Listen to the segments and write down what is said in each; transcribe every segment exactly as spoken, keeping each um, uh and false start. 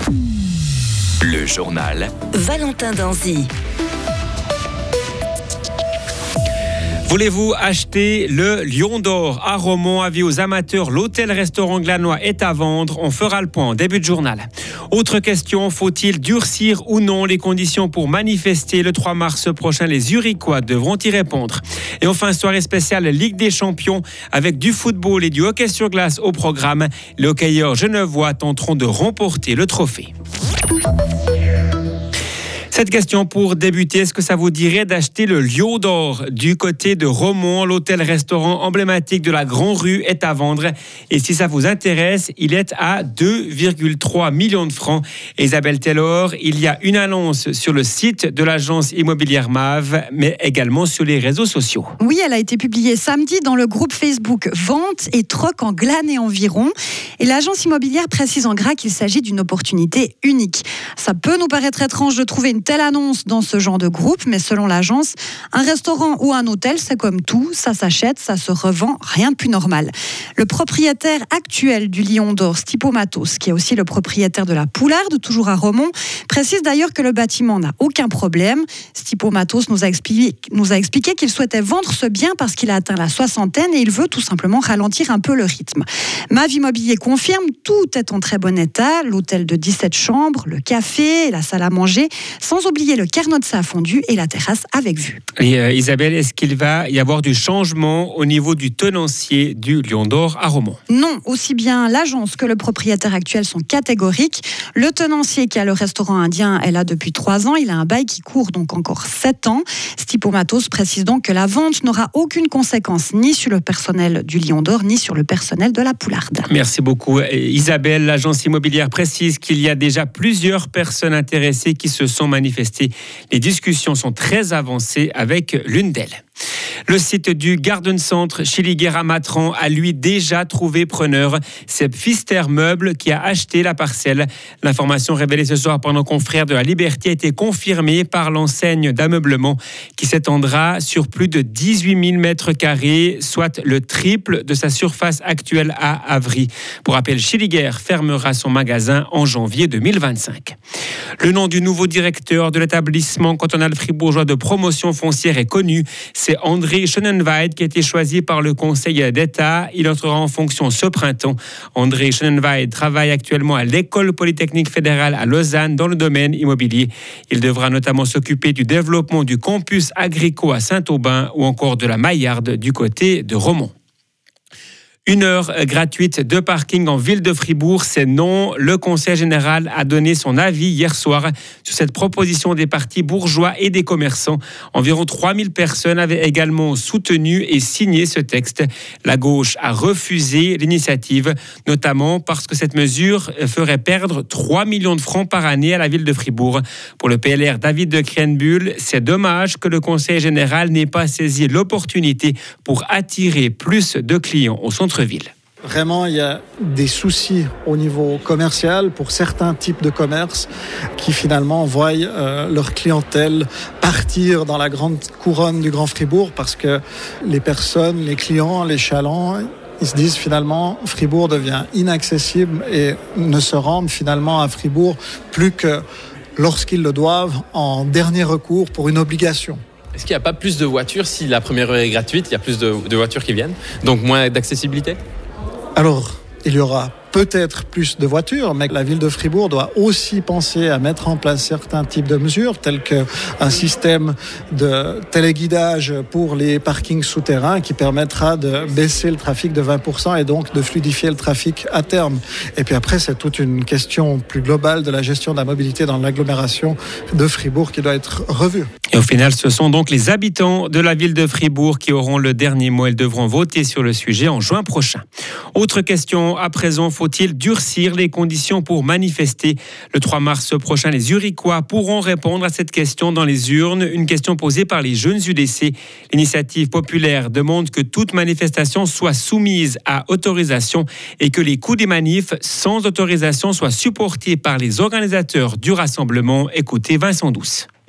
Le journal Valentin Danzy. Voulez-vous acheter le Lion d'Or à Romont? Avis aux amateurs, l'hôtel-restaurant glanois est à vendre. On fera le point en début de journal. Autre question, faut-il durcir ou non les conditions pour manifester le trois mars prochain? Les Zurichois devront y répondre. Et enfin, soirée spéciale Ligue des Champions avec du football et du hockey sur glace au programme. Les hockeyeurs genevois tenteront de remporter le trophée. Cette question pour débuter, est-ce que ça vous dirait d'acheter le Lion d'Or du côté de Romont? L'hôtel-restaurant emblématique de la Grande Rue est à vendre. Et si ça vous intéresse, il est à deux virgule trois millions de francs. Isabelle Taylor, il y a une annonce sur le site de l'agence immobilière M A V, mais également sur les réseaux sociaux. Oui, elle a été publiée samedi dans le groupe Facebook Vente et Troc en Glane et environ. Et l'agence immobilière précise en gras qu'il s'agit d'une opportunité unique. Ça peut nous paraître étrange de trouver une telle annonce dans ce genre de groupe, mais selon l'agence, un restaurant ou un hôtel, c'est comme tout, ça s'achète, ça se revend, rien de plus normal. Le propriétaire actuel du Lion d'Or, Stipo Matos, qui est aussi le propriétaire de la Poularde, toujours à Romont, précise d'ailleurs que le bâtiment n'a aucun problème. Stipo Matos nous a expliqué, nous a expliqué qu'il souhaitait vendre ce bien parce qu'il a atteint la soixantaine et il veut tout simplement ralentir un peu le rythme. M A V Immobilier confirme, tout est en très bon état, l'hôtel de dix-sept chambres, le café, la salle à manger, sans oublier le carnot de sa fondue et la terrasse avec vue. Et euh, Isabelle, est-ce qu'il va y avoir du changement au niveau du tenancier du Lion d'Or à Romont? Non, aussi bien l'agence que le propriétaire actuel sont catégoriques. Le tenancier qui a le restaurant indien est là depuis trois ans. Il a un bail qui court donc encore sept ans. Stipo Matos précise donc que la vente n'aura aucune conséquence ni sur le personnel du Lion d'Or ni sur le personnel de la Poularde. Merci beaucoup Isabelle. L'agence immobilière précise qu'il y a déjà plusieurs personnes intéressées qui se sont manifestées. Les discussions sont très avancées avec l'une d'elles. Le site du Garden Centre Chiliguer à Matran a lui déjà trouvé preneur. C'est Pfister Meubles qui a acheté la parcelle. L'information révélée ce soir par nos confrères de la Liberté a été confirmée par l'enseigne d'ameublement qui s'étendra sur plus de dix-huit mille mètres carrés, soit le triple de sa surface actuelle à Avry. Pour rappel, Chiliguer fermera son magasin en janvier deux mille vingt-cinq. Le nom du nouveau directeur de l'établissement cantonal fribourgeois de promotion foncière est connu. C'est André Schönenweid qui a été choisi par le Conseil d'État. Il entrera en fonction ce printemps. André Schönenweid travaille actuellement à l'École polytechnique fédérale à Lausanne dans le domaine immobilier. Il devra notamment s'occuper du développement du campus agricole à Saint-Aubin ou encore de la Maillarde du côté de Romont. Une heure gratuite de parking en ville de Fribourg, c'est non. Le Conseil général a donné son avis hier soir sur cette proposition des partis bourgeois et des commerçants. Environ trois mille personnes avaient également soutenu et signé ce texte. La gauche a refusé l'initiative, notamment parce que cette mesure ferait perdre trois millions de francs par année à la ville de Fribourg. Pour le P L R David de Krenbuhl, c'est dommage que le Conseil général n'ait pas saisi l'opportunité pour attirer plus de clients au centre-ville. Vraiment, il y a des soucis au niveau commercial pour certains types de commerces qui finalement voient euh, leur clientèle partir dans la grande couronne du Grand Fribourg parce que les personnes, les clients, les chalands, ils se disent finalement Fribourg devient inaccessible et ne se rendent finalement à Fribourg plus que lorsqu'ils le doivent en dernier recours pour une obligation. Est-ce qu'il n'y a pas plus de voitures si la première heure est gratuite? Il y a plus de, de voitures qui viennent, donc moins d'accessibilité? Alors, il y aura peut-être plus de voitures, mais la ville de Fribourg doit aussi penser à mettre en place certains types de mesures, tels qu'un système de téléguidage pour les parkings souterrains qui permettra de baisser le trafic de vingt pour cent et donc de fluidifier le trafic à terme. Et puis après, c'est toute une question plus globale de la gestion de la mobilité dans l'agglomération de Fribourg qui doit être revue. Et au final, ce sont donc les habitants de la ville de Fribourg qui auront le dernier mot. Ils devront voter sur le sujet en juin prochain. Autre question à présent, faut-il durcir les conditions pour manifester? Le trois mars prochain, les Zurichois pourront répondre à cette question dans les urnes. Une question posée par les jeunes U D C. L'initiative populaire demande que toute manifestation soit soumise à autorisation et que les coûts des manifs sans autorisation soient supportés par les organisateurs du rassemblement. Écoutez Vincent Douce.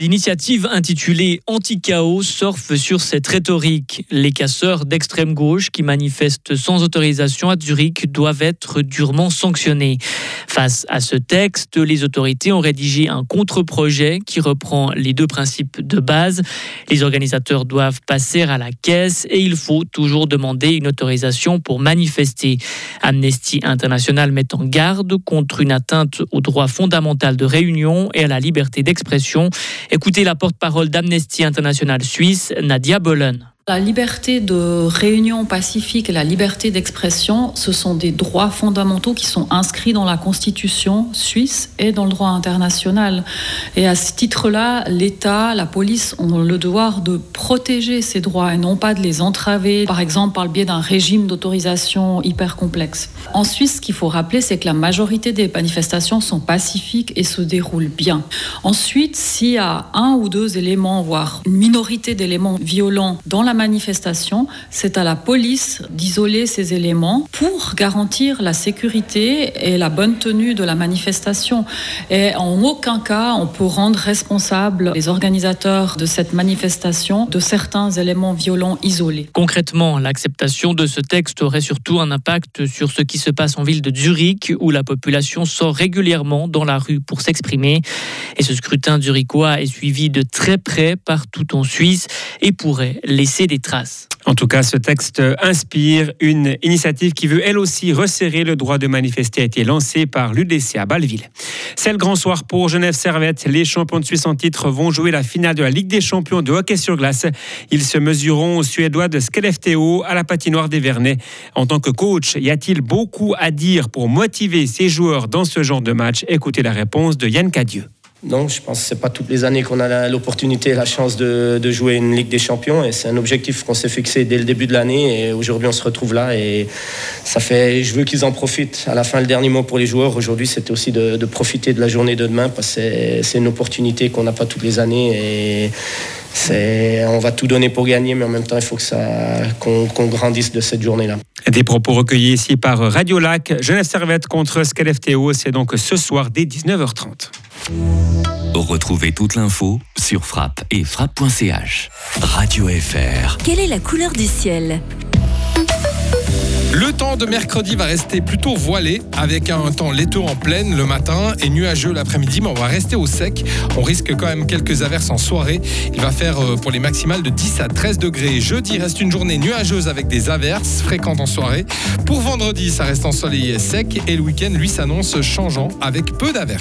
L'initiative intitulée Anti-chaos surfe sur cette rhétorique. Les casseurs d'extrême gauche qui manifestent sans autorisation à Zurich doivent être durement sanctionnés. Face à ce texte, les autorités ont rédigé un contre-projet qui reprend les deux principes de base. Les organisateurs doivent passer à la caisse et il faut toujours demander une autorisation pour manifester. Amnesty International met en garde contre une atteinte au droit fondamental de réunion et à la liberté d'expression. Écoutez la porte-parole d'Amnesty International suisse, Nadia Bollen. La liberté de réunion pacifique et la liberté d'expression, ce sont des droits fondamentaux qui sont inscrits dans la Constitution suisse et dans le droit international. Et à ce titre-là, l'État, la police ont le devoir de protéger ces droits et non pas de les entraver, par exemple par le biais d'un régime d'autorisation hyper complexe. En Suisse, ce qu'il faut rappeler, c'est que la majorité des manifestations sont pacifiques et se déroulent bien. Ensuite, s'il y a un ou deux éléments, voire une minorité d'éléments violents dans la manifestation, c'est à la police d'isoler ces éléments pour garantir la sécurité et la bonne tenue de la manifestation. Et en aucun cas, on peut rendre responsables les organisateurs de cette manifestation de certains éléments violents isolés. Concrètement, l'acceptation de ce texte aurait surtout un impact sur ce qui se passe en ville de Zurich, où la population sort régulièrement dans la rue pour s'exprimer. Et ce scrutin zurichois est suivi de très près partout en Suisse et pourrait laisser des traces. En tout cas, ce texte inspire une initiative qui veut elle aussi resserrer le droit de manifester a été lancée par l'U D C à Bâle-Ville. C'est le grand soir pour Genève Servette. Les champions de Suisse en titre vont jouer la finale de la Ligue des champions de hockey sur glace. Ils se mesureront aux Suédois de Skellefteå à la patinoire des Vernets. En tant que coach, y a-t-il beaucoup à dire pour motiver ses joueurs dans ce genre de match? Écoutez la réponse de Yann Cadieux. Non, je pense que ce n'est pas toutes les années qu'on a l'opportunité et la chance de, de jouer une Ligue des Champions. Et c'est un objectif qu'on s'est fixé dès le début de l'année. Et aujourd'hui, on se retrouve là. Et ça fait, je veux qu'ils en profitent. À la fin, le dernier mot pour les joueurs, aujourd'hui, c'était aussi de, de profiter de la journée de demain. Parce que c'est, c'est une opportunité qu'on n'a pas toutes les années. Et c'est, on va tout donner pour gagner. Mais en même temps, il faut que ça, qu'on, qu'on grandisse de cette journée-là. Des propos recueillis ici par Radio Lac. Genève Servette contre Skellefteå. C'est donc ce soir dès dix-neuf heures trente. Retrouvez toute l'info sur Frappe et frappe point c h. Radio F R. Quelle est la couleur du ciel ? Le temps de mercredi va rester plutôt voilé avec un temps laiteux en plaine le matin et nuageux l'après-midi, mais on va rester au sec. On risque quand même quelques averses en soirée. Il va faire pour les maximales de dix à treize degrés. Jeudi reste une journée nuageuse avec des averses fréquentes en soirée. Pour vendredi, ça reste ensoleillé et sec et le week-end, lui, s'annonce changeant avec peu d'averses.